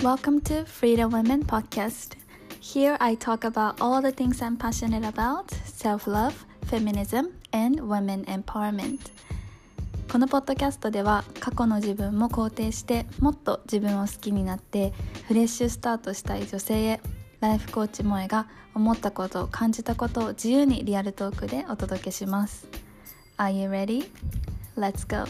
Welcome to Freedom Women Podcast. Here I talk about all the things I'm passionate about: self-love, feminism, and women empowerment. このポッドキャストでは過去の自分も肯定してもっと自分を好きになってフレッシュスタートしたい女性へ、ライフコーチ萌が思ったこと、感じたことを自由にリアルトークでお届けします。Are you ready? Let's go!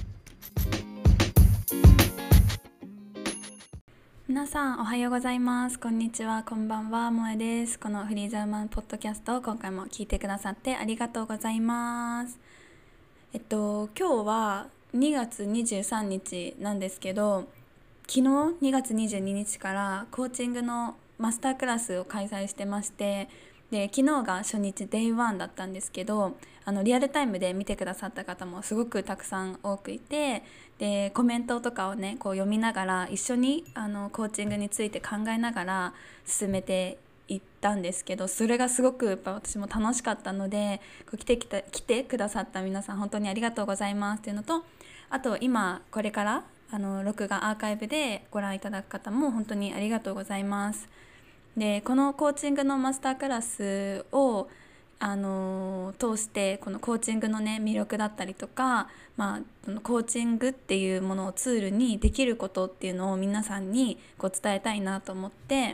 皆さんおはようございます。こんにちは、こんばんは、萌です。このフリーザーマンポッドキャストを今回も聞いてくださってありがとうございます。今日は2月23日なんですけど、昨日2月22日からコーチングのマスタークラスを開催してまして、で昨日が初日 Day1 だったんですけど、リアルタイムで見てくださった方もすごくたくさん多くいて、でコメントとかをねこう読みながら一緒にコーチングについて考えながら進めていったんですけど、それがすごくやっぱ私も楽しかったので、来てくださった皆さん本当にありがとうございますっていうのと、あと今これから録画アーカイブでご覧いただく方も本当にありがとうございます。でこのコーチングのマスタークラスを通してこのコーチングのね魅力だったりとか、コーチングっていうものをツールにできることっていうのを皆さんにこう伝えたいなと思って、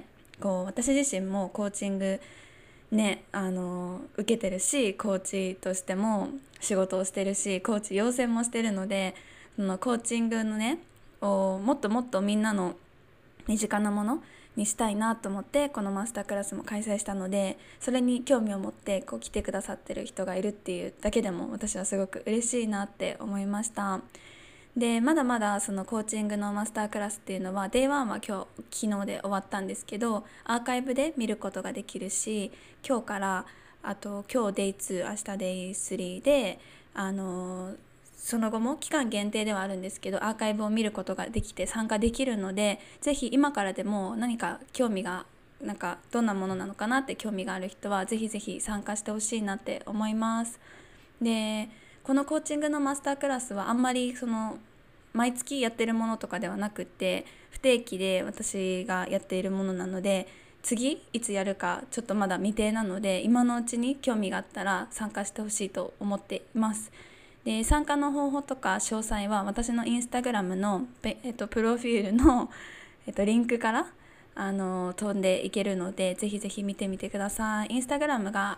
こう私自身もコーチングね受けてるし、コーチとしても仕事をしてるし、コーチ養成もしてるので、そのコーチングのねをもっともっとみんなの身近なものにしたいなと思ってこのマスタークラスも開催したので、それに興味を持ってこう来てくださってる人がいるっていうだけでも私はすごく嬉しいなって思いました。でまだまだそのコーチングのマスタークラスっていうのは Day1 は昨日で終わったんですけど、アーカイブで見ることができるし、今日からあと今日 Day2 明日 Day3 でその後も期間限定ではあるんですけどアーカイブを見ることができて参加できるので、ぜひ今からでも何か興味がどんなものなのかなって興味がある人はぜひぜひ参加してほしいなって思います。でこのコーチングのマスタークラスはあんまり毎月やってるものとかではなくって、不定期で私がやっているものなので、次いつやるかちょっとまだ未定なので、今のうちに興味があったら参加してほしいと思っています。で参加の方法とか詳細は私のインスタグラムの、プロフィールの、リンクから飛んでいけるので、ぜひぜひ見てみてください。インスタグラムが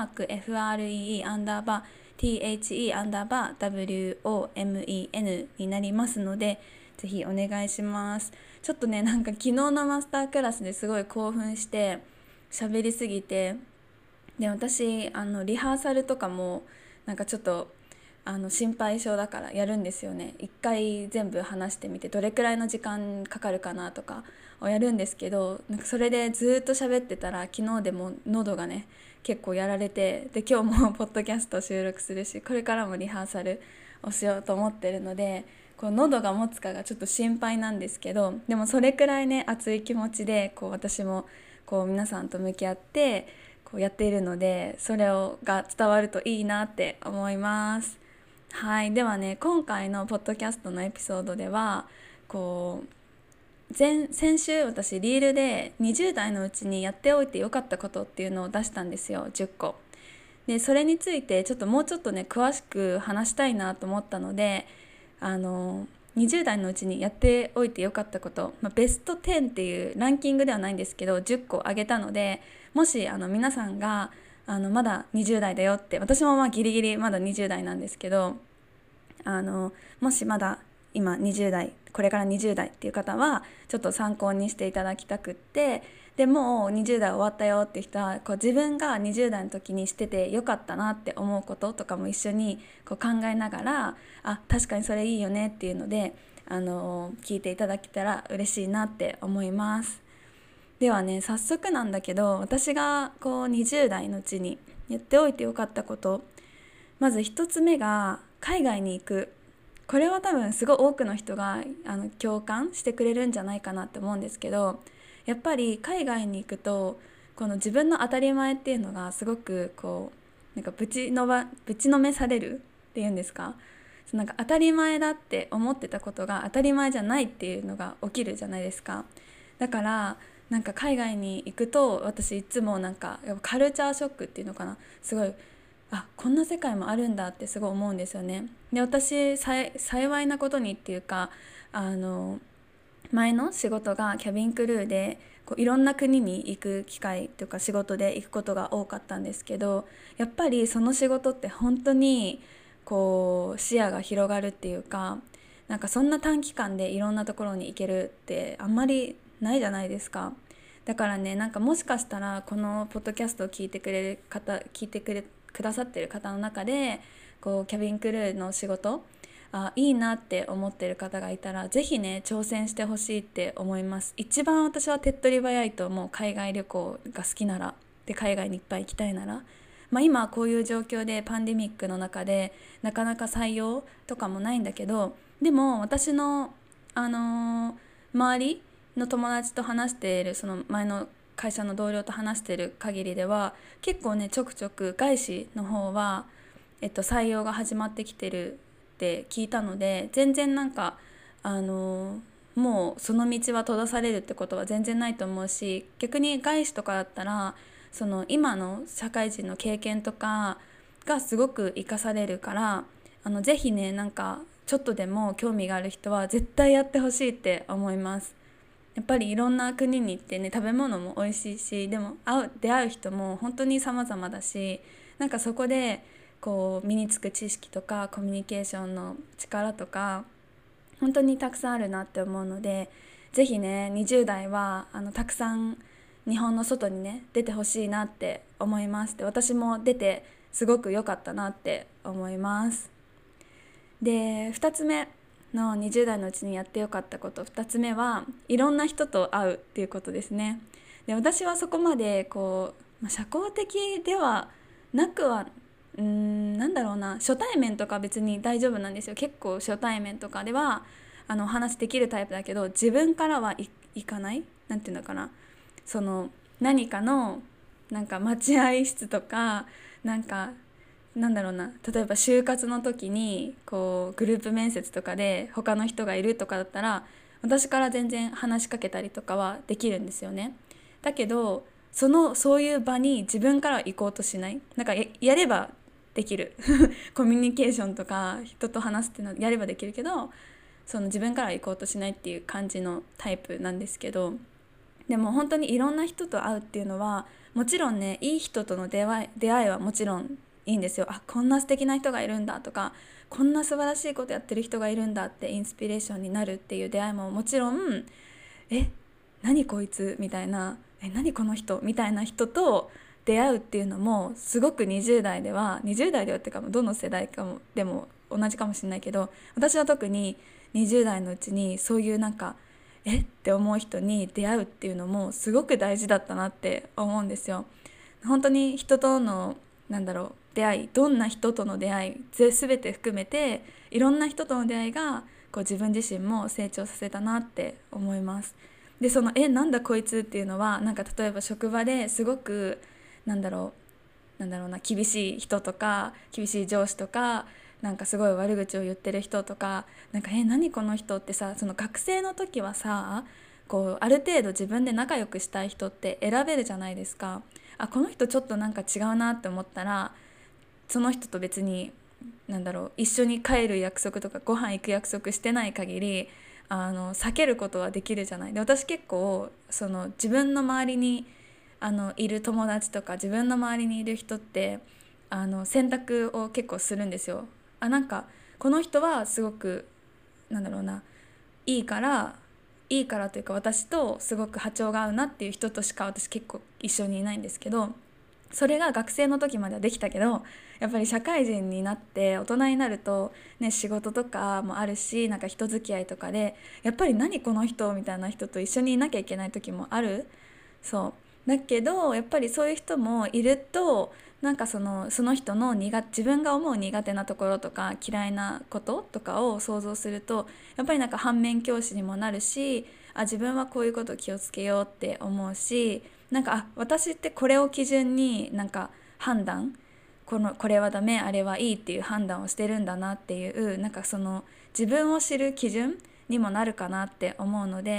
@FREE_THE_WOMEN になりますので、ぜひお願いします。ちょっとね昨日のマスタークラスですごい興奮して喋りすぎて、で私リハーサルとかもちょっと心配性だからやるんですよね。一回全部話してみてどれくらいの時間かかるかなとかをやるんですけど、それでずっと喋ってたら昨日でも喉がね結構やられて、で今日もポッドキャスト収録するし、これからもリハーサルをしようと思ってるので、こう喉が持つかがちょっと心配なんですけど、でもそれくらいね熱い気持ちで私も皆さんと向き合ってやっているので、それが伝わるといいなって思います。はい、ではね今回のポッドキャストのエピソードでは先週私リールで20代のうちにやっておいてよかったことっていうのを出したんですよ、10個で。それについてもうちょっとね詳しく話したいなと思ったので、20代のうちにやっておいてよかったこと、ベスト10っていうランキングではないんですけど10個あげたので、もし皆さんがまだ20代だよって、私もギリギリまだ20代なんですけど、もしまだ今20代これから20代っていう方はちょっと参考にしていただきたくって、でもう20代終わったよって人は自分が20代の時にしててよかったなって思うこととかも一緒に考えながら、確かにそれいいよねっていうので聞いていただけたら嬉しいなって思います。ではね早速なんだけど、私が20代のうちにやっておいてよかったこと、まず一つ目が海外に行く。これは多分すごい多くの人が共感してくれるんじゃないかなって思うんですけど、やっぱり海外に行くとこの自分の当たり前っていうのがすごくぶちのめされるっていうんですか、当たり前だって思ってたことが当たり前じゃないっていうのが起きるじゃないですか。 だからなんか海外に行くと私いつもなんかやっぱカルチャーショックっていうのかな、すごい、あ、こんな世界もあるんだってすごい思うんですよね。で、私幸いなことにっていうか、あの前の仕事がキャビンクルーでこういろんな国に行く機会というか仕事で行くことが多かったんですけど、やっぱりその仕事って本当にこう視野が広がるっていうか、なんかそんな短期間でいろんなところに行けるってあんまりないじゃないですか。だからね、なんかもしかしたらこのポッドキャストを聞いてくださってる方の中でこうキャビンクルーの仕事いいなって思ってる方がいたら、ぜひね挑戦してほしいって思います。一番私は手っ取り早いと思う。海外旅行が好きなら、で海外にいっぱい行きたいなら、今こういう状況でパンデミックの中でなかなか採用とかもないんだけど、でも私の、周りの友達と話している、その前の会社の同僚と話している限りでは結構ねちょくちょく外資の方は、採用が始まってきてるって聞いたので、全然なんかもうその道は閉ざされるってことは全然ないと思うし、逆に外資とかだったらその今の社会人の経験とかがすごく活かされるから、ぜひねなんかちょっとでも興味がある人は絶対やってほしいって思います。やっぱりいろんな国に行ってね、食べ物も美味しいし、でも出会う人も本当に様々だし、なんかそこでこう身につく知識とかコミュニケーションの力とか本当にたくさんあるなって思うので、ぜひね20代はたくさん日本の外にね出てほしいなって思います。で、私も出てすごく良かったなって思います。で、2つ目の20代のうちにやってよかったこと、2つ目はいろんな人と会うっていうことですね。で、私はそこまでこう、社交的ではなくは、なんだろうな、初対面とか別に大丈夫なんですよ。結構初対面とかではお話できるタイプだけど、自分からはいかない、なんていうのかな、その何かのなんか待合室とか、なんかなんだろうな、例えば就活の時にこうグループ面接とかで他の人がいるとかだったら、私から全然話しかけたりとかはできるんですよね。だけどそういう場に自分からは行こうとしない。なんかやればできるコミュニケーションとか人と話すっていうのはやればできるけど、その自分からは行こうとしないっていう感じのタイプなんですけど、でも本当にいろんな人と会うっていうのはもちろんね、いい人との出会いはもちろんいいんですよ。あ、こんな素敵な人がいるんだとか、こんな素晴らしいことやってる人がいるんだってインスピレーションになるっていう出会いももちろん、え何こいつみたいな、何この人みたいな人と出会うっていうのもすごく20代ではっていうかどの世代かもでも同じかもしれないけど、私は特に20代のうちにそういうなんかって思う人に出会うっていうのもすごく大事だったなって思うんですよ。本当に人との出会い、どんな人との出会い全て含めていろんな人との出会いがこう自分自身も成長させたなって思います。で、そのなんだこいつっていうのは、なんか例えば職場ですごくなんだろな、厳しい人とか厳しい上司とか、なんかすごい悪口を言ってる人とか、なんか何この人ってさ、その学生の時はさ、こうある程度自分で仲良くしたい人って選べるじゃないですか。この人ちょっとなんか違うなって思ったら、その人と別に一緒に帰る約束とかご飯行く約束してない限り避けることはできるじゃない。で、私結構その自分の周りにいる友達とか自分の周りにいる人って選択を結構するんですよ。なんかこの人はすごくいいからいいからというか、私とすごく波長が合うなっていう人としか私結構一緒にいないんですけど、それが学生の時まではできたけど、やっぱり社会人になって大人になるとね、仕事とかもあるし、なんか人付き合いとかでやっぱり何この人みたいな人と一緒にいなきゃいけない時もある。そうだけどやっぱりそういう人もいると、なんかその人の自分が思う苦手なところとか嫌いなこととかを想像すると、やっぱりなんか反面教師にもなるし、自分はこういうこと気をつけようって思うし、なんか私ってこれを基準になんか判断、これはダメあれはいいっていう判断をしてるんだなっていう、なんかその自分を知る基準にもなるかなって思うので、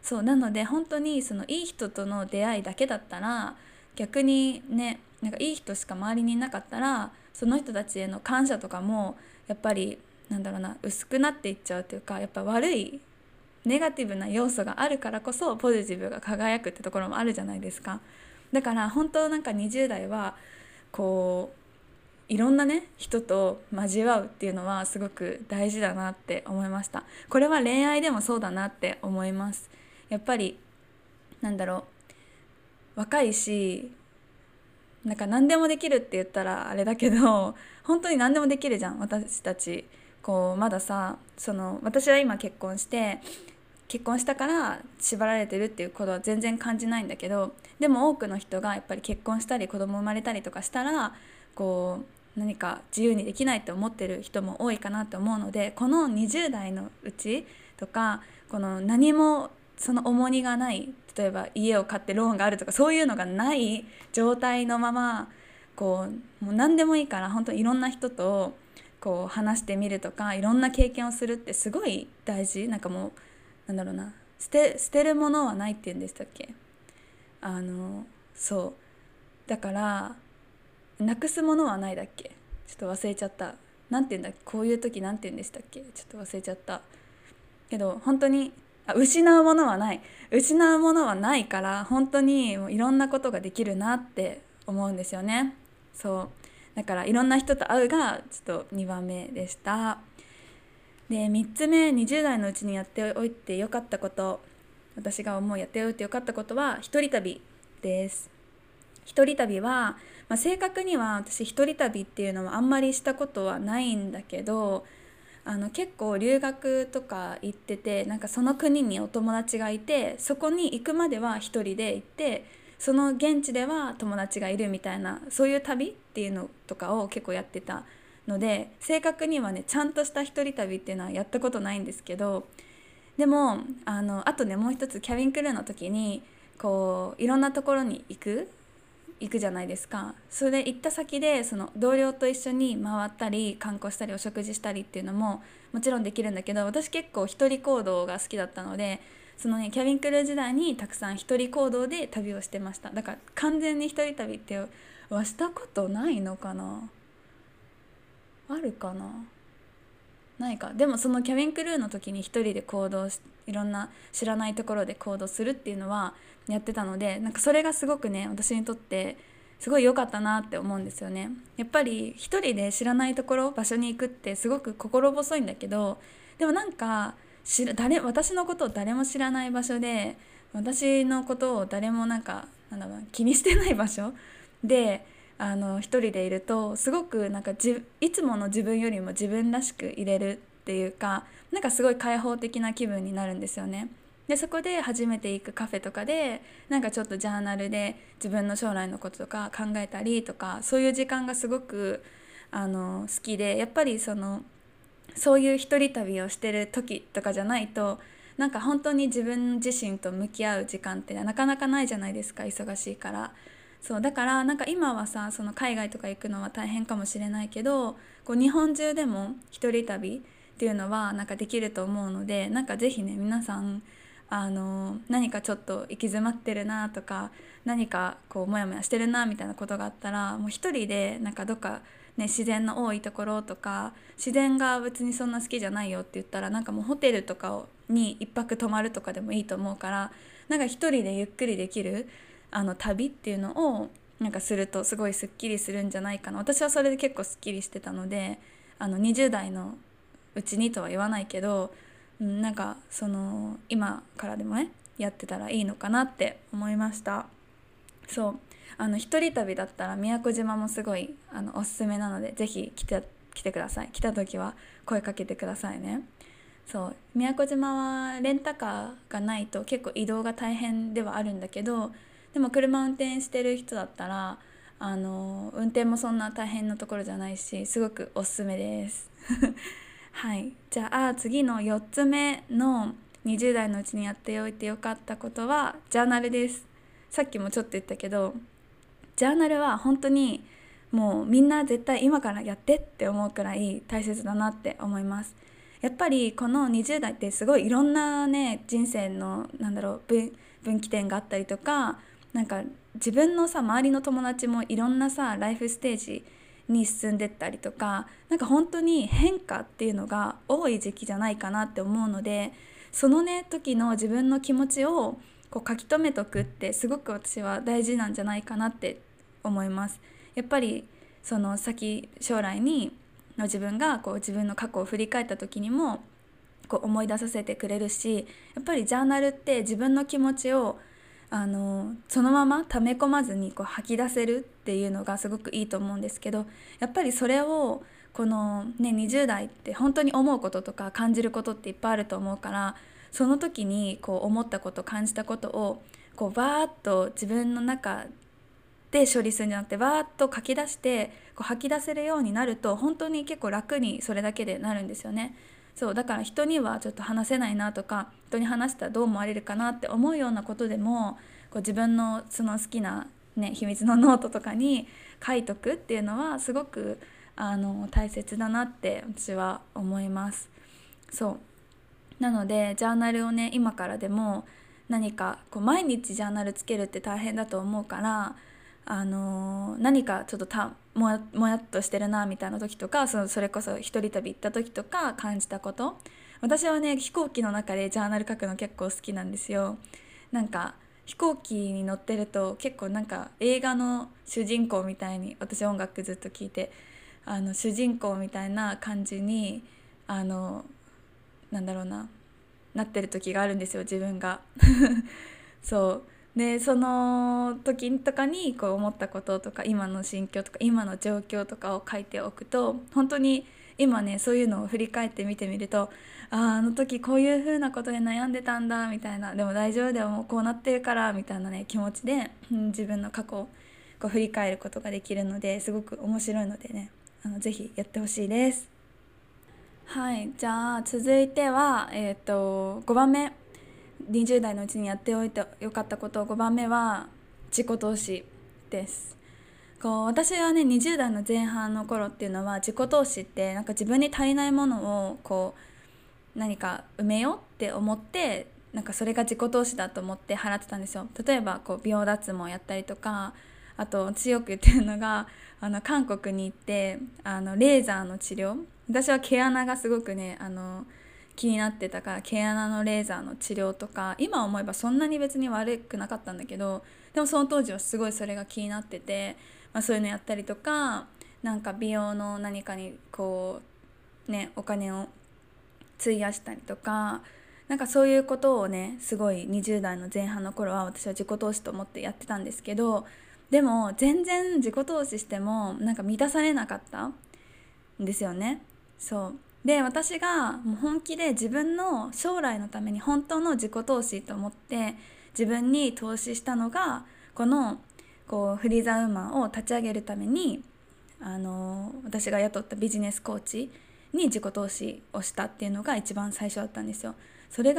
そうなので本当にそのいい人との出会いだけだったら逆にね、なんかいい人しか周りにいなかったらその人たちへの感謝とかもやっぱりなんだろうな、薄くなっていっちゃうというか、やっぱ悪いネガティブな要素があるからこそポジティブが輝くってところもあるじゃないですか。だから本当なんか20代はこういろんなね人と交わうっていうのはすごく大事だなって思いました。これは恋愛でもそうだなって思います。やっぱりなんだろう、若いしなんか何でもできるって言ったらあれだけど本当に何でもできるじゃん私たち。こうまださ、その私は今結婚したから縛られてるっていうことは全然感じないんだけど、でも多くの人がやっぱり結婚したり子供生まれたりとかしたらこう何か自由にできないって思ってる人も多いかなって思うので、この20代のうちとかこの何もその重荷がない、例えば家を買ってローンがあるとかそういうのがない状態のままこうもう何でもいいから本当にいろんな人とこう話してみるとかいろんな経験をするってすごい大事。なんかもうなんだろうな、捨てるものはないって言うんでしたっけ。あのそうだからなくすものはないだっけ、ちょっと忘れちゃった。なんて言うんだっけ、こういう時なんて言うんでしたっけ、ちょっと忘れちゃったけど本当に失うものはない、失うものはないから本当にもういろんなことができるなって思うんですよね。そうだからいろんな人と会うがちょっと2番目でした。で3つ目、20代のうちにやっておいてよかったこと、私が思うやっておいてよかったことは一人旅です。一人旅は、正確には私一人旅っていうのはあんまりしたことはないんだけど、結構留学とか行ってて、なんかその国にお友達がいてそこに行くまでは一人で行って、その現地では友達がいるみたいな、そういう旅っていうのとかを結構やってたので、正確にはねちゃんとした一人旅っていうのはやったことないんですけど、でもあとねもう一つ、キャビンクルーの時にこういろんなところに行くじゃないですか。それで行った先でその同僚と一緒に回ったり観光したりお食事したりっていうのももちろんできるんだけど、私結構一人行動が好きだったので、そのねキャビンクルー時代にたくさん一人行動で旅をしてました。だから完全に一人旅ってはしたことないのかな、あるかな、ないか。でもそのキャビンクルーの時に一人で行動し、いろんな知らないところで行動するっていうのはやってたので、なんかそれがすごくね私にとってすごい良かったなって思うんですよね。やっぱり一人で知らないところ場所に行くってすごく心細いんだけど、でもなんか私のことを誰も知らない場所で、私のことを誰もなんかなんだろう気にしてない場所で一人でいるとすごくなんかいつもの自分よりも自分らしくいれるっていうか、なんかすごい開放的な気分になるんですよね。でそこで初めて行くカフェとかでなんかちょっとジャーナルで自分の将来のこととか考えたりとか、そういう時間がすごく好きで、やっぱりそういう一人旅をしてる時とかじゃないとなんか本当に自分自身と向き合う時間ってなかなかないじゃないですか、忙しいから。そうだからなんか今はさ、その海外とか行くのは大変かもしれないけど、こう日本中でも一人旅っていうのはなんかできると思うので、なんかぜひね皆さん何かちょっと行き詰まってるなとか、何かこうモヤモヤしてるなみたいなことがあったら、もう一人でなんかどっかね自然の多いところとか、自然が別にそんな好きじゃないよって言ったらなんかもうホテルとかに一泊泊まるとかでもいいと思うから、なんか一人でゆっくりできる旅っていうのをなんかするとすごいすっきりするんじゃないかな。私はそれで結構すっきりしてたので、20代のうちにとは言わないけど、なんか今からでもねやってたらいいのかなって思いました。そう一人旅だったら宮古島もすごいおすすめなので、ぜひ来てください。来た時は声かけてくださいね。そう宮古島はレンタカーがないと結構移動が大変ではあるんだけど、でも車運転してる人だったら運転もそんな大変なところじゃないし、すごくおすすめですはい、じゃあ次の4つ目の20代のうちにやっておいてよかったことはジャーナルです。さっきもちょっと言ったけど、ジャーナルは本当にもうみんな絶対今からやってって思うくらい大切だなって思います。 やっぱりこの20代ってすごいいろんなね人生の分岐点があったりとか、なんか自分のさ周りの友達もいろんなさライフステージに進んでったりとか、なんか本当に変化っていうのが多い時期じゃないかなって思うので、そのね時の自分の気持ちをこう書き留めとくってすごく私は大事なんじゃないかなって思います。やっぱりその将来にの自分がこう自分の過去を振り返った時にもこう思い出させてくれるし、やっぱりジャーナルって自分の気持ちをそのまま溜め込まずにこう吐き出せるっていうのがすごくいいと思うんですけど、やっぱりそれをこの、ね、20代って本当に思うこととか感じることっていっぱいあると思うから、その時にこう思ったこと感じたことをこうバーッと自分の中で処理するんじゃなくて、バーッと書き出してこう吐き出せるようになると本当に結構楽にそれだけでなるんですよね。そうだから人にはちょっと話せないなとか、人に話したらどう思われるかなって思うようなことでもこう自分のその好きな、ね、秘密のノートとかに書いとくっていうのはすごく大切だなって私は思います。そうなのでジャーナルをね今からでも何かこう毎日ジャーナルつけるって大変だと思うから、何かちょっともやっとしてるなみたいな時とか、それこそ一人旅行った時とか感じたこと、私はね飛行機の中でジャーナル書くの結構好きなんですよ。なんか飛行機に乗ってると結構なんか映画の主人公みたいに、私音楽ずっと聴いて主人公みたいな感じにあのなんだろうなってる時があるんですよ自分がそうでその時とかにこう思ったこととか今の心境とか今の状況とかを書いておくと、本当に今ねそういうのを振り返って見てみると、あの時こういう風なことで悩んでたんだみたいな、でも大丈夫だよもうこうなってるからみたいなね気持ちで、自分の過去をこう振り返ることができるので、すごく面白いのでねぜひやってほしいです。はい、じゃあ続いては、5番目、20代のうちにやっておいてよかったこと、5番目は自己投資です。こう私はね20代の前半の頃っていうのは自己投資ってなんか自分に足りないものをこう何か埋めようって思って、なんかそれが自己投資だと思って払ってたんですよ。例えばこう美容脱毛やったりとか、あと私よく言ってるのが韓国に行ってレーザーの治療、私は毛穴がすごくね気になってたから毛穴のレーザーの治療とか、今思えばそんなに別に悪くなかったんだけど、でもその当時はすごいそれが気になってて、そういうのやったりとか、なんか美容の何かにこうねお金を費やしたりとか、なんかそういうことをねすごい20代の前半の頃は私は自己投資と思ってやってたんですけど、でも全然自己投資してもなんか満たされなかったんですよね。そうで私がもう本気で自分の将来のために本当の自己投資と思って自分に投資したのが、このフリーザウーマンを立ち上げるために私が雇ったビジネスコーチに自己投資をしたっていうのが一番最初だったんですよ。それが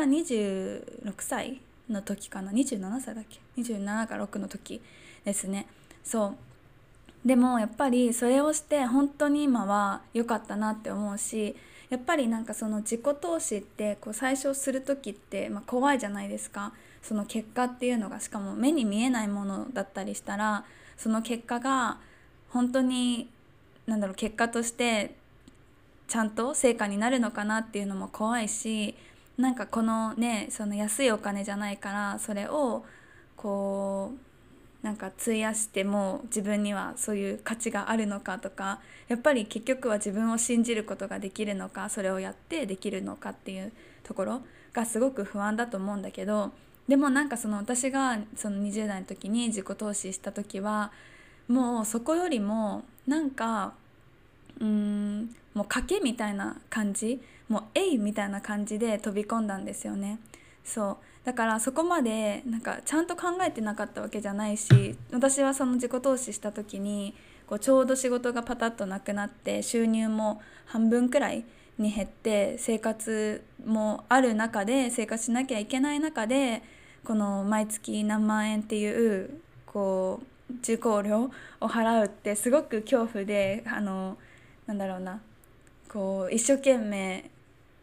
26歳の時かな、27歳だっけ、27か6の時ですね。そうでもやっぱりそれをして本当に今は良かったなって思うし、やっぱりなんかその自己投資ってこう最初する時って、怖いじゃないですか。その結果っていうのがしかも目に見えないものだったりしたら、その結果が本当に結果としてちゃんと成果になるのかなっていうのも怖いし、なんかこのねその安いお金じゃないからそれをこうなんか費やしても自分にはそういう価値があるのかとか、やっぱり結局は自分を信じることができるのか、それをやってできるのかっていうところがすごく不安だと思うんだけど、でもなんかその私がその20代の時に自己投資した時はもうそこよりもなんかもう賭けみたいな感じ、もうみたいな感じで飛び込んだんですよね。そうだからそこまでなんかちゃんと考えてなかったわけじゃないし、私はその自己投資した時にちょうど仕事がパタッとなくなって収入も半分くらいに減って生活もある中で生活しなきゃいけない中で、この毎月何万円っていう受講料を払うってすごく恐怖でなんだろうな一生懸命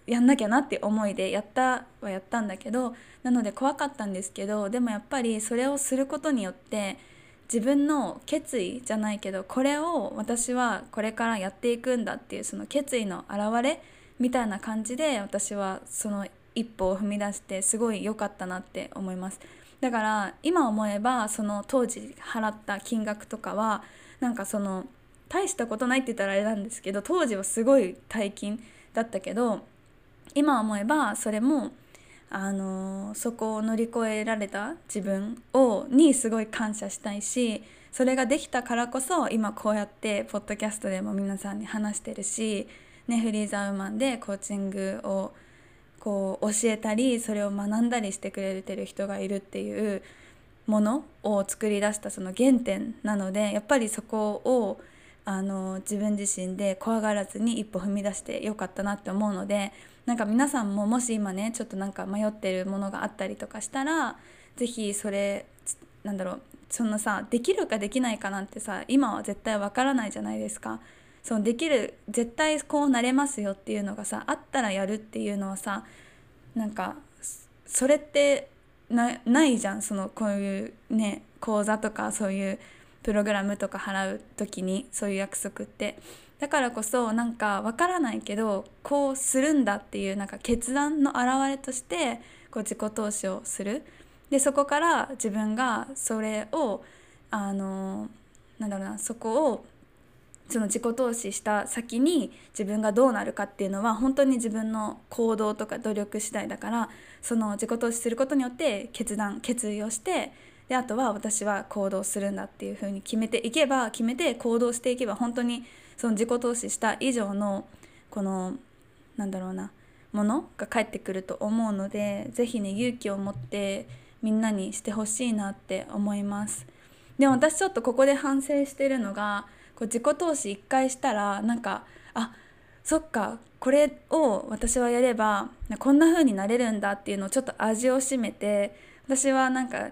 やんなきゃなって思いでやったんだけど、なので怖かったんですけど、でもやっぱりそれをすることによって自分の決意じゃないけど、これを私はこれからやっていくんだっていうその決意の表れみたいな感じで、私はその一歩を踏み出してすごい良かったなって思います。だから今思えばその当時払った金額とかはなんかその大したことないって言ったらあれなんですけど、当時はすごい大金だったけど、今思えばそれもそこを乗り越えられた自分にすごい感謝したいし、それができたからこそ今こうやってポッドキャストでも皆さんに話してるし、ね、フリーザウーマンでコーチングをこう教えたり、それを学んだりしてくれてる人がいるっていうものを作り出したその原点なので、やっぱりそこを自分自身で怖がらずに一歩踏み出してよかったなって思うので、なんか皆さんももし今ねちょっとなんか迷ってるものがあったりとかしたら、ぜひそれなんだろう、そのさ、できるかできないかなんてさ今は絶対わからないじゃないですか。そのできる、絶対こうなれますよっていうのがさあったらやるっていうのはさ、なんかそれってないじゃん。そのこういうね講座とかそういうプログラムとか払う時にそういう約束って、だからこそなんかわからないけどこうするんだっていうなんか決断の表れとしてこう自己投資をする。でそこから自分がそれをなんだろうな、そこをその自己投資した先に自分がどうなるかっていうのは本当に自分の行動とか努力次第だから、その自己投資することによって決意をして、であとは私は行動するんだっていうふうに決めて行動していけば、本当にその自己投資した以上のこのなんだろうなものが返ってくると思うので、ぜひね勇気を持ってみんなにしてほしいなって思います。でも私ちょっとここで反省してるのが、こう自己投資1回したらなんかそっかこれを私はやればこんな風になれるんだっていうのをちょっと味を占めて、私はなんか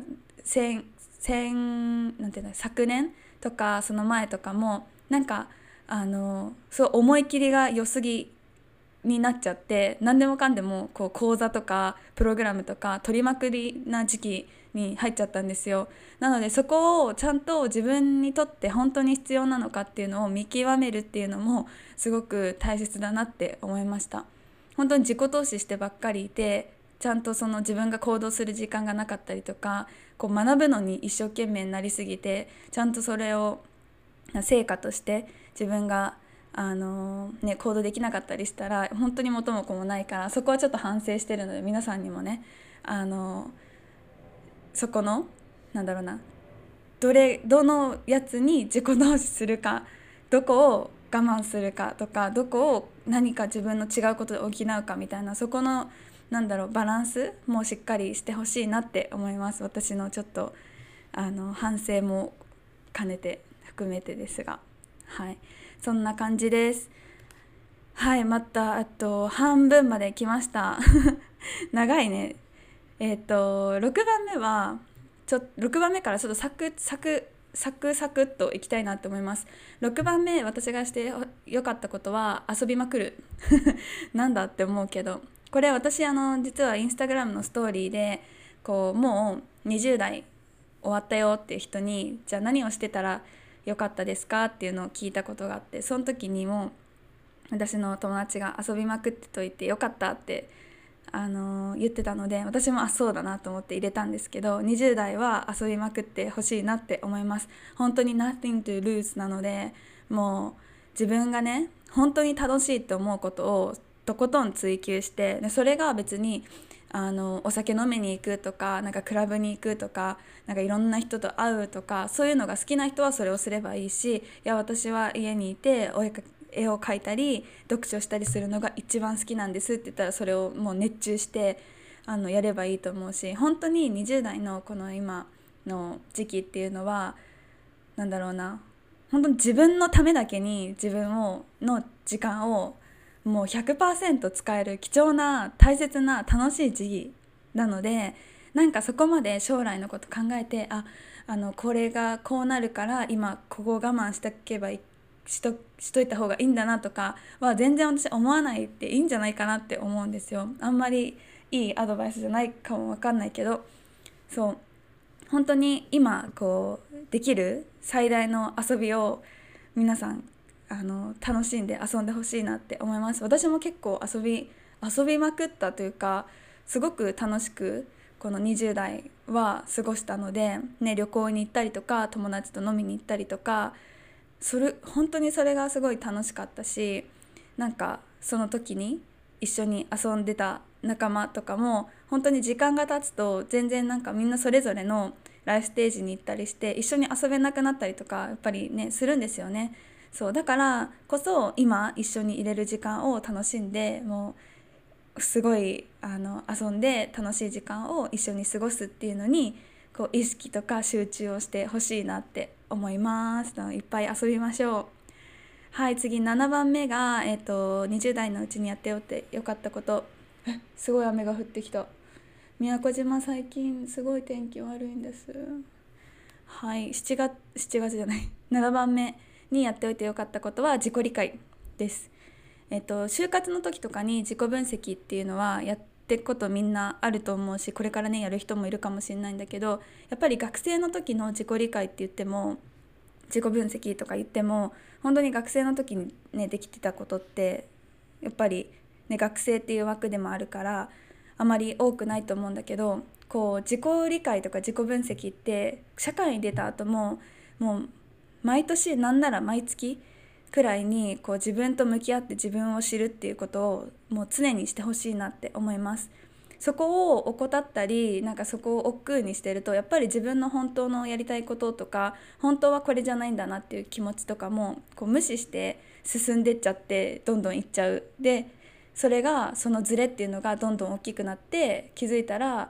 なんていうの、昨年とかその前とかもなんかそう思い切りが良すぎになっちゃって、何でもかんでもこう講座とかプログラムとか取りまくりな時期に入っちゃったんですよ。なのでそこをちゃんと自分にとって本当に必要なのかっていうのを見極めるっていうのもすごく大切だなって思いました。本当に自己投資してばっかりいて、ちゃんとその自分が行動する時間がなかったりとか、こう学ぶのに一生懸命になりすぎて、ちゃんとそれを成果として自分が行動できなかったりしたら本当に元も子もないから、そこはちょっと反省してるので、皆さんにもねそこのなんだろうな、どのやつに自己投資するか、どこを我慢するかとか、どこを何か自分の違うことで補うかみたいな、そこのなんだろうバランスもしっかりしてほしいなって思います。私のちょっと反省も兼ねて含めてですが、はい、そんな感じです。はい、また半分まで来ました長いね。6番目は6番目からちょっとサクサクっといきたいなと思います。6番目、私がしてよかったことは遊びまくるなんだって思うけど、これ私実はインスタグラムのストーリーでこうもう20代終わったよっていう人に、じゃあ何をしてたらよかったですかっていうのを聞いたことがあって、その時にも私の友達が遊びまくってと言ってよかったって言ってたので、私もそうだなと思って入れたんですけど、20代は遊びまくってほしいなって思います。本当に nothing to lose なので、もう自分がね本当に楽しいって思うことをとことん追求して、でそれが別にお酒飲みに行くとか、なんかクラブに行くとか、なんかいろんな人と会うとか、そういうのが好きな人はそれをすればいいし、いや私は家にいて絵を描いたり読書したりするのが一番好きなんですって言ったら、それをもう熱中してやればいいと思うし、本当に20代のこの今の時期っていうのはなんだろうな、本当に自分のためだけに自分の時間をもう 100% 使える貴重な大切な楽しい時期なので、なんかそこまで将来のこと考えてこれがこうなるから今ここを我慢していけばいしといた方がいいんだなとかは全然私思わないっていいんじゃないかなって思うんですよ。あんまりいいアドバイスじゃないかもわかんないけど、そう本当に今できる最大の遊びを皆さん楽しんで遊んでほしいなって思います。私も結構遊びまくったというか、すごく楽しくこの20代は過ごしたので、ね、旅行に行ったりとか友達と飲みに行ったりとか、本当にそれがすごい楽しかったし、なんかその時に一緒に遊んでた仲間とかも本当に時間が経つと全然なんかみんなそれぞれのライフステージに行ったりして一緒に遊べなくなったりとかやっぱりねするんですよね。そうだからこそ今一緒にいれる時間を楽しんで、もうすごい遊んで楽しい時間を一緒に過ごすっていうのに意識とか集中をしてほしいなって思います。いっぱい遊びましょう。はい、次7番目が、20代のうちにやっておってよかったこと。すごい雨が降ってきた。宮古島最近すごい天気悪いんです。はい、7月じゃない7番目にやっておいてよかったことは自己理解です。就活の時とかに自己分析っていうのはやっていくことみんなあると思うし、これからねやる人もいるかもしれないんだけど、やっぱり学生の時の自己理解って言っても自己分析とか言っても本当に学生の時にねできてたことってやっぱりね学生っていう枠でもあるからあまり多くないと思うんだけど、自己理解とか自己分析って社会に出た後ももう毎年なんなら毎月くらいに自分と向き合って自分を知るっていうことをもう常にしてほしいなって思います。そこを怠ったりなんかそこを億劫にしてるとやっぱり自分の本当のやりたいこととか本当はこれじゃないんだなっていう気持ちとかも無視して進んでっちゃってどんどんいっちゃう。でそれがそのズレっていうのがどんどん大きくなって気づいたら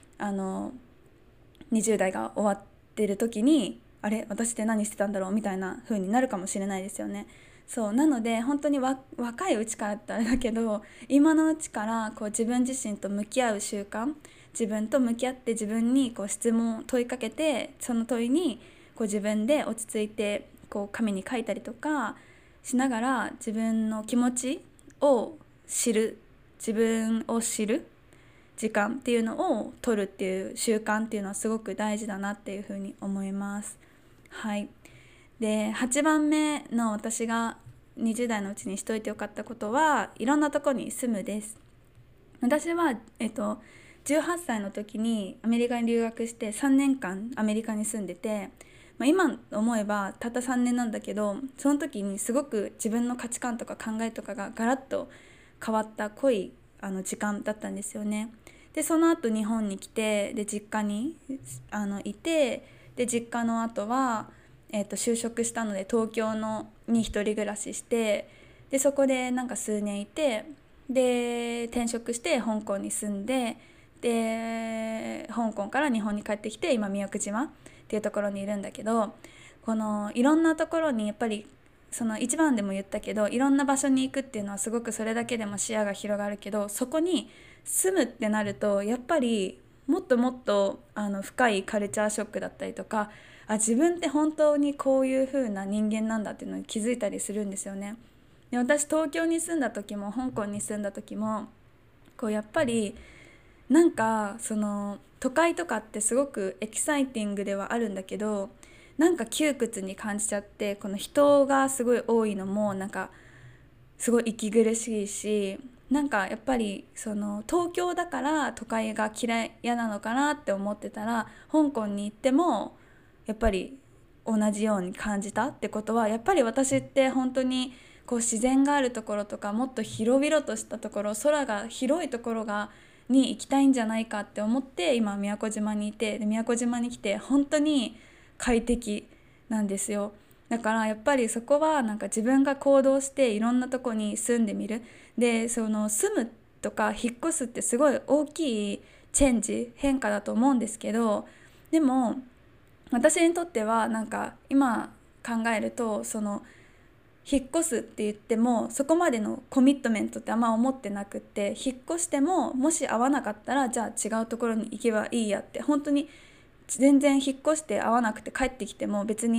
20代が終わってる時にあれ私って何してたんだろうみたいな風になるかもしれないですよね。そうなので本当に若いうちからってあれだけど今のうちから自分自身と向き合う習慣、自分と向き合って自分に質問を問いかけてその問いに自分で落ち着いて紙に書いたりとかしながら自分の気持ちを自分を知る時間っていうのを取るっていう習慣っていうのはすごく大事だなっていうふうに思います。はい。で8番目の私が20代のうちにしといてよかったことはいろんなとこに住むです。私は、18歳の時にアメリカに留学して3年間アメリカに住んでて、今思えばたった3年なんだけどその時にすごく自分の価値観とか考えとかがガラッと変わった濃い時間だったんですよね。でその後日本に来てで実家にいて、で実家の後は、就職したので東京に一人暮らしして、でそこでなんか数年いて、で転職して香港に住んで、で香港から日本に帰ってきて今宮古島っていうところにいるんだけど、このいろんなところにやっぱりその一番でも言ったけどいろんな場所に行くっていうのはすごくそれだけでも視野が広がるけど、そこに住むってなるとやっぱりもっともっと深いカルチャーショックだったりとか、自分って本当にこういう風な人間なんだっていうのに気づいたりするんですよね。で私東京に住んだ時も香港に住んだ時もやっぱりなんかその都会とかってすごくエキサイティングではあるんだけど、なんか窮屈に感じちゃって、この人がすごい多いのもなんかすごい息苦しいし、なんかやっぱりその東京だから都会が嫌なのかなって思ってたら、香港に行ってもやっぱり同じように感じたってことは、やっぱり私って本当に自然があるところとかもっと広々としたところ、空が広いところに行きたいんじゃないかって思って今宮古島にいて、で宮古島に来て本当に快適なんですよ。だからやっぱりそこはなんか自分が行動していろんなとこに住んでみる。でその住むとか引っ越すってすごい大きい変化だと思うんですけど、でも私にとってはなんか今考えるとその引っ越すって言ってもそこまでのコミットメントってあんま思ってなくって、引っ越してももし合わなかったらじゃあ違うところに行けばいいやって、本当に全然引っ越して合わなくて帰ってきても別に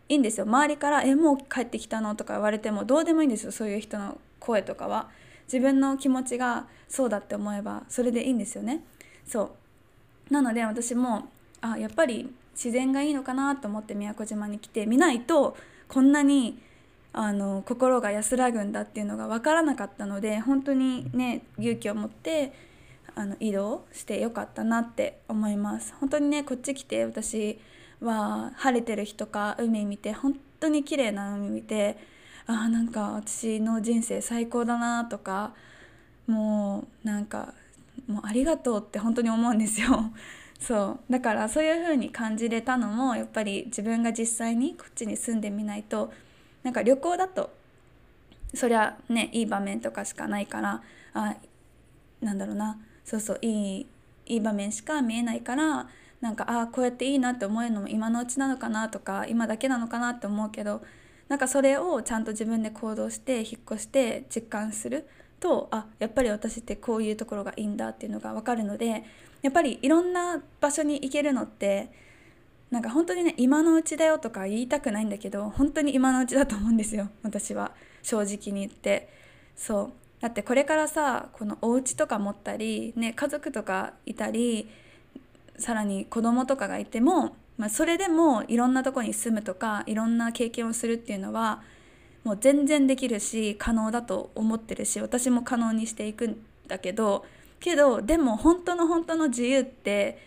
いいんですよ。周りからもう帰ってきたのとか言われてもどうでもいいんですよ。そういう人の声とかは自分の気持ちがそうだって思えばそれでいいんですよね。そうなので私もやっぱり自然がいいのかなと思って宮古島に来てみないとこんなに心が安らぐんだっていうのが分からなかったので、本当にね勇気を持って移動してよかったなって思います。本当にねこっち来て私は晴れてる日とか海見て、本当に綺麗な海見て、なんか私の人生最高だなとか、もうなんかもうありがとうって本当に思うんですよ。そうだからそういう風に感じれたのもやっぱり自分が実際にこっちに住んでみないと、なんか旅行だとそりゃねいい場面とかしかないから、なんだろうな、そうそう、いい場面しか見えないから、なんかこうやっていいなって思えるのも今のうちなのかなとか今だけなのかなって思うけど、なんかそれをちゃんと自分で行動して引っ越して実感すると、やっぱり私ってこういうところがいいんだっていうのが分かるので、やっぱりいろんな場所に行けるのってなんか本当にね今のうちだよとか言いたくないんだけど、本当に今のうちだと思うんですよ、私は正直に言って。そうだってこれからさ、このお家とか持ったりね、家族とかいたり、さらに子供とかがいても、それでもいろんなとこに住むとかいろんな経験をするっていうのはもう全然できるし可能だと思ってるし、私も可能にしていくんだけどでも本当の本当の自由って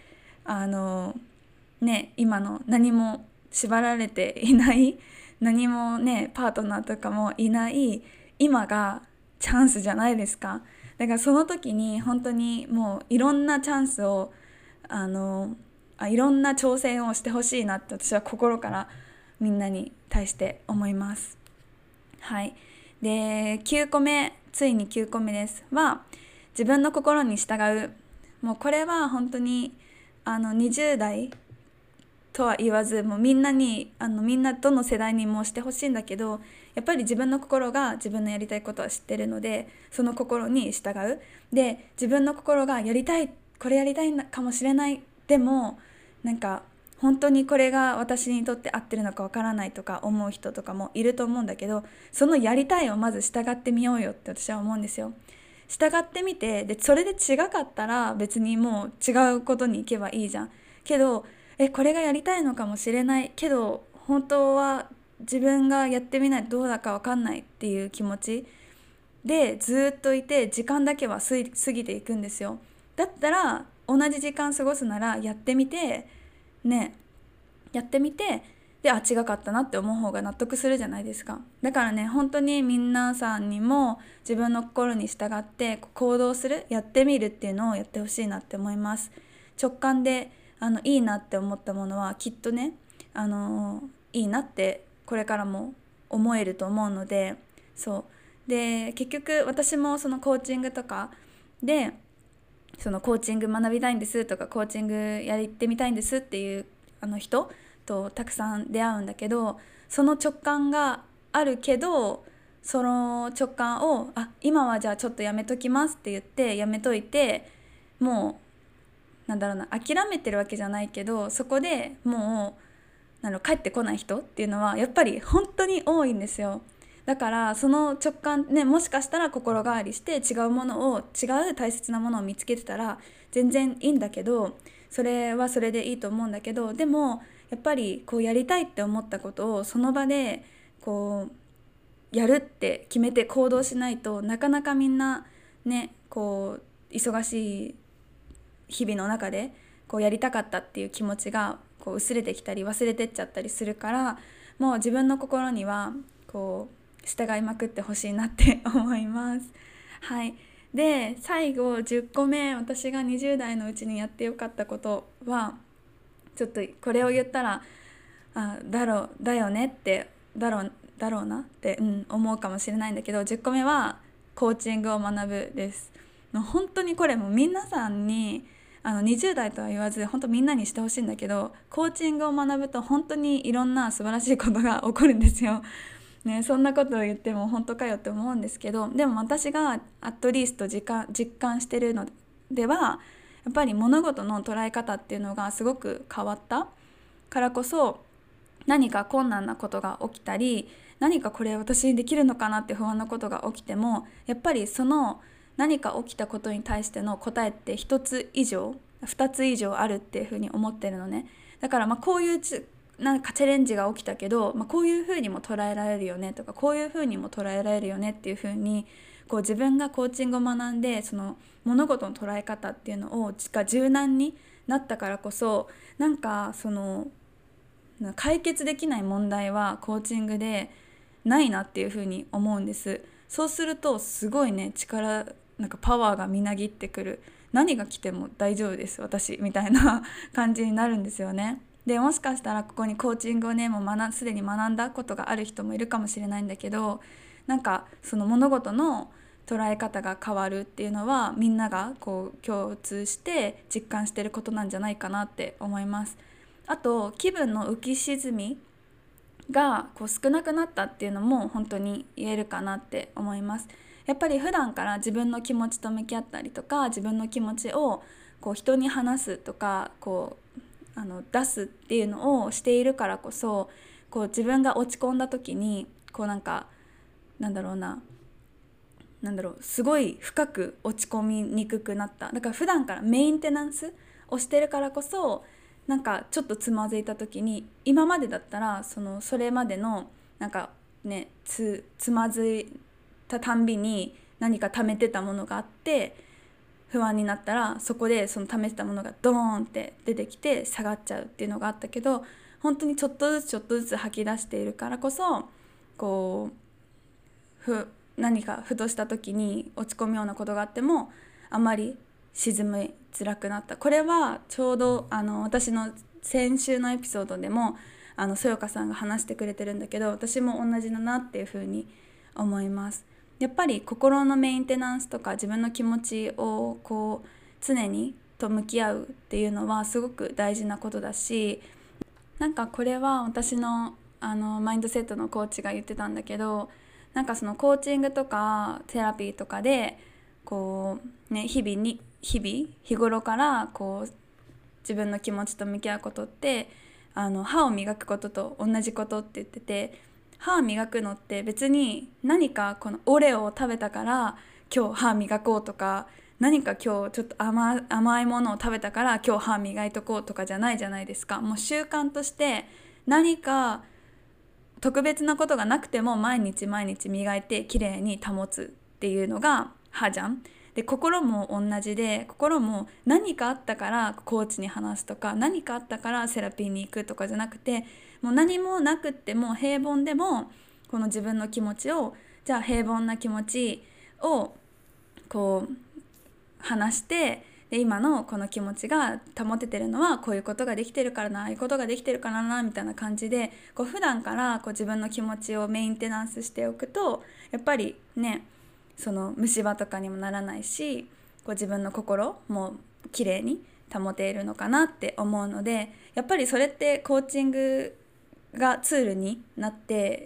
今の何も縛られていない何もねパートナーとかもいない今がチャンスじゃないですか。だからその時に本当にもういろんなチャンスをいろんな挑戦をしてほしいなって私は心からみんなに対して思います。はい。で9個目、ついに9個目ですは、自分の心に従う。もうこれは本当に20代とは言わず、もうみんなにみんなどの世代にもしてほしいんだけど、やっぱり自分の心が自分のやりたいことは知ってるのでその心に従う。で自分の心がやりたい、これやりたいかもしれない、でもなんか本当にこれが私にとって合ってるのかわからないとか思う人とかもいると思うんだけど、そのやりたいをまず従ってみようよって私は思うんですよ。従ってみて、でそれで違かったら別にもう違うことに行けばいいじゃん。けどこれがやりたいのかもしれないけど本当は自分がやってみないとどうだか分かんないっていう気持ちでずっといて、時間だけは過ぎていくんですよ。だったら同じ時間過ごすならやってみてね、やってみて、で違かったなって思う方が納得するじゃないですか。だからね本当に皆さんにも自分の心に従って行動する、やってみるっていうのをやってほしいなって思います。直感でいいなって思ったものはきっとねいいなってこれからも思えると思うので、そうで結局私もそのコーチングとかでそのコーチング学びたいんですとかコーチングやってみたいんですっていう人とたくさん出会うんだけど、その直感があるけどその直感を今はじゃあちょっとやめときますって言ってやめといて、もうなんだろうな、諦めてるわけじゃないけどそこでもう帰ってこない人っていうのはやっぱり本当に多いんですよ。だからその直感ね、もしかしたら心変わりして違うものを違う大切なものを見つけてたら全然いいんだけど、それはそれでいいと思うんだけど、でもやっぱりこうやりたいって思ったことをその場でこうやるって決めて行動しないと、なかなかみんなねこう忙しい日々の中でこうやりたかったっていう気持ちがこう薄れてきたり忘れてっちゃったりするから、もう自分の心にはこう従いまくってほしいなって思います。はい。で最後10個目、私が20代のうちにやってよかったことは、ちょっとこれを言ったらだよねってだろうなって、思うかもしれないんだけど、10個目はコーチングを学ぶです。もう本当にこれも皆さんに20代とは言わず本当みんなにしてほしいんだけど、コーチングを学ぶと本当にいろんな素晴らしいことが起こるんですよ。ね、そんなことを言っても本当かよって思うんですけど、でも私がアットリースト実感してるのでは、やっぱり物事の捉え方っていうのがすごく変わったからこそ、 何か困難なことが起きたり、何かこれ私にできるのかなって不安なことが起きても、やっぱりその何か起きたことに対しての答えって一つ以上二つ以上あるっていうふうに思ってるのね。だからこういうなんかチャレンジが起きたけど、こういうふうにも捉えられるよねとか、こういうふうにも捉えられるよねっていうふうに自分がコーチングを学んで、その物事の捉え方っていうのが柔軟になったからこそ、なんかその解決できない問題はコーチングでないなっていうふうに思うんです。そうするとすごいね、なんかパワーがみなぎってくる。何が来ても大丈夫です私みたいな感じになるんですよね。でもしかしたらここにコーチングをね、もうすでに学んだことがある人もいるかもしれないんだけど、なんかその物事の捉え方が変わるっていうのは、みんなが共通して実感してることなんじゃないかなって思います。あと気分の浮き沈みが少なくなったっていうのも本当に言えるかなって思います。やっぱり普段から自分の気持ちと向き合ったりとか、自分の気持ちを人に話すとか出すっていうのをしているからこそ、自分が落ち込んだ時になんかすごい深く落ち込みにくくなった。だから普段からメンテナンスをしてるからこそ、なんかちょっとつまずいた時に、今までだったらそれまでのなんかね、つまずいたたんびに何か溜めてたものがあって、不安になったらそこでその溜めてたものがドーンって出てきて下がっちゃうっていうのがあったけど、本当にちょっとずつちょっとずつ吐き出しているからこそ、こう何かふとした時に落ち込むようなことがあってもあまり沈みづらくなった。これはちょうど私の先週のエピソードでもそよかさんが話してくれてるんだけど、私も同じだなっていうふうに思います。やっぱり心のメンテナンスとか自分の気持ちを常にと向き合うっていうのはすごく大事なことだし、なんかこれは私のマインドセットのコーチが言ってたんだけど、なんかそのコーチングとかセラピーとかで日頃から自分の気持ちと向き合うことって、歯を磨くことと同じことって言ってて、歯を磨くのって別に何かオレオを食べたから今日歯磨こうとか、何か今日ちょっと甘いものを食べたから今日歯磨いとこうとかじゃないじゃないですか。もう習慣として何か特別なことがなくても毎日毎日磨いてきれいに保つっていうのが歯じゃん。で心も同じで、心も何かあったからコーチに話すとか、何かあったからセラピーに行くとかじゃなくて、もう何もなくっても平凡でもこの自分の気持ちを、じゃあ平凡な気持ちを話して、で今のこの気持ちが保ててるのはこういうことができてるからな、ああいうことができてるからなみたいな感じで、普段から自分の気持ちをメンテナンスしておくと、やっぱりね、その虫歯とかにもならないし、自分の心もきれいに保ているのかなって思うので、やっぱりそれってコーチングがツールになって、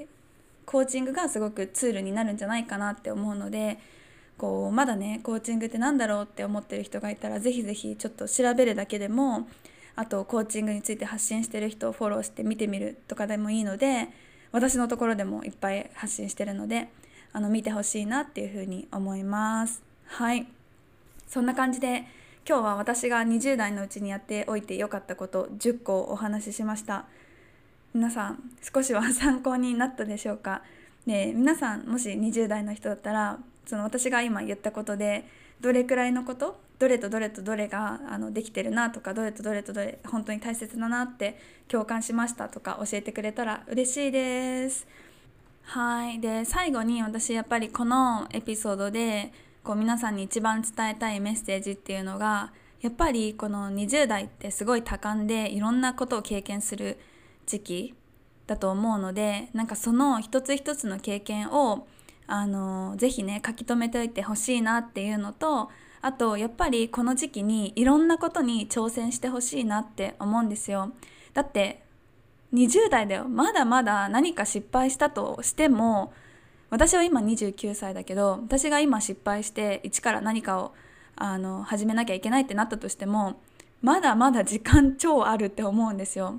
コーチングがすごくツールになるんじゃないかなって思うので、まだねコーチングってなんだろうって思ってる人がいたら、ぜひぜひちょっと調べるだけでも、あとコーチングについて発信してる人をフォローして見てみるとかでもいいので、私のところでもいっぱい発信してるので見てほしいなっていうふうに思います。はい、そんな感じで今日は私が20代のうちにやっておいてよかったこと10個お話ししました。皆さん少しは参考になったでしょうか。で、皆さんもし20代の人だったら、その私が今言ったことでどれくらいのこと、どれとどれとどれができてるなとか、どれとどれとどれ本当に大切だなって共感しましたとか教えてくれたら嬉しいです。はい。で、最後に私やっぱりこのエピソードで皆さんに一番伝えたいメッセージっていうのが、やっぱりこの20代ってすごい多感でいろんなことを経験する時期だと思うので、なんかその一つ一つの経験をぜひね書き留めておいてほしいなっていうのと、あとやっぱりこの時期にいろんなことに挑戦してほしいなって思うんですよ。だって20代だよ。まだまだ何か失敗したとしても、私は今29歳だけど、私が今失敗して一から何かを始めなきゃいけないってなったとしても、まだまだ時間超あるって思うんですよ。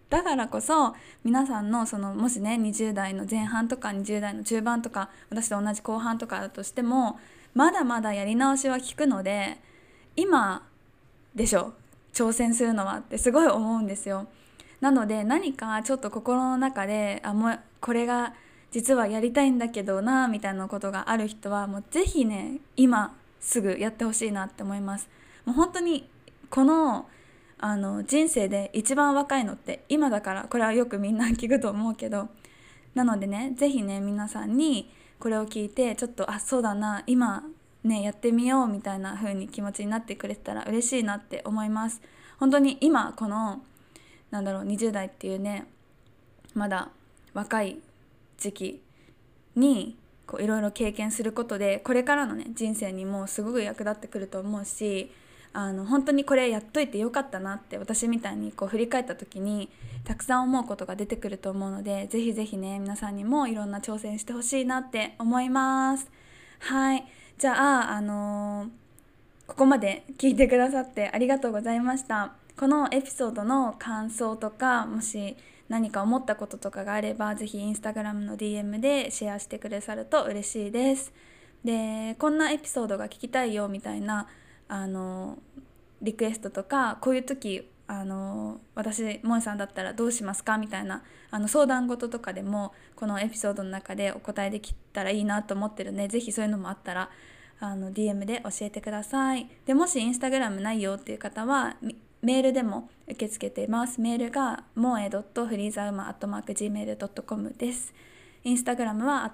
だからこそ皆さんのもしね20代の前半とか20代の中盤とか私と同じ後半とかだとしてもまだまだやり直しは効くので、今でしょ挑戦するのはってすごい思うんですよ。なので何かちょっと心の中でもうこれが実はやりたいんだけどなみたいなことがある人はもうぜひね今すぐやってほしいなって思います。もう本当にこの人生で一番若いのって今だから、これはよくみんな聞くと思うけど、なのでねぜひね皆さんにこれを聞いてちょっとそうだな今ねやってみようみたいな風に気持ちになってくれてたら嬉しいなって思います。本当に今この20代っていうねまだ若い時期にいろいろ経験することでこれからのね人生にもすごく役立ってくると思うし、本当にこれやっといてよかったなって私みたいに振り返った時にたくさん思うことが出てくると思うので、ぜひぜひね皆さんにもいろんな挑戦してほしいなって思います。はい、じゃあここまで聞いてくださってありがとうございました。このエピソードの感想とかもし何か思ったこととかがあればぜひインスタグラムの DM でシェアしてくださると嬉しいです。でこんなエピソードが聞きたいよみたいなリクエストとか、こういう時私萌さんだったらどうしますかみたいな相談事とかでもこのエピソードの中でお答えできたらいいなと思ってるので、ぜひそういうのもあったらDM で教えてください。でもしインスタグラムないよっていう方はメールでも受け付けています。メールがmoe.freezauma@gmail.com です。インスタグラムは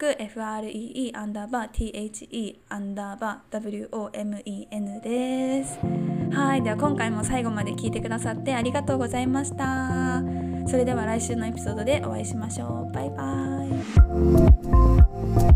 @free_the_wome です。はい、では今回も最後まで聞いてくださってありがとうございました。それでは来週のエピソードでお会いしましょう。バイバイ。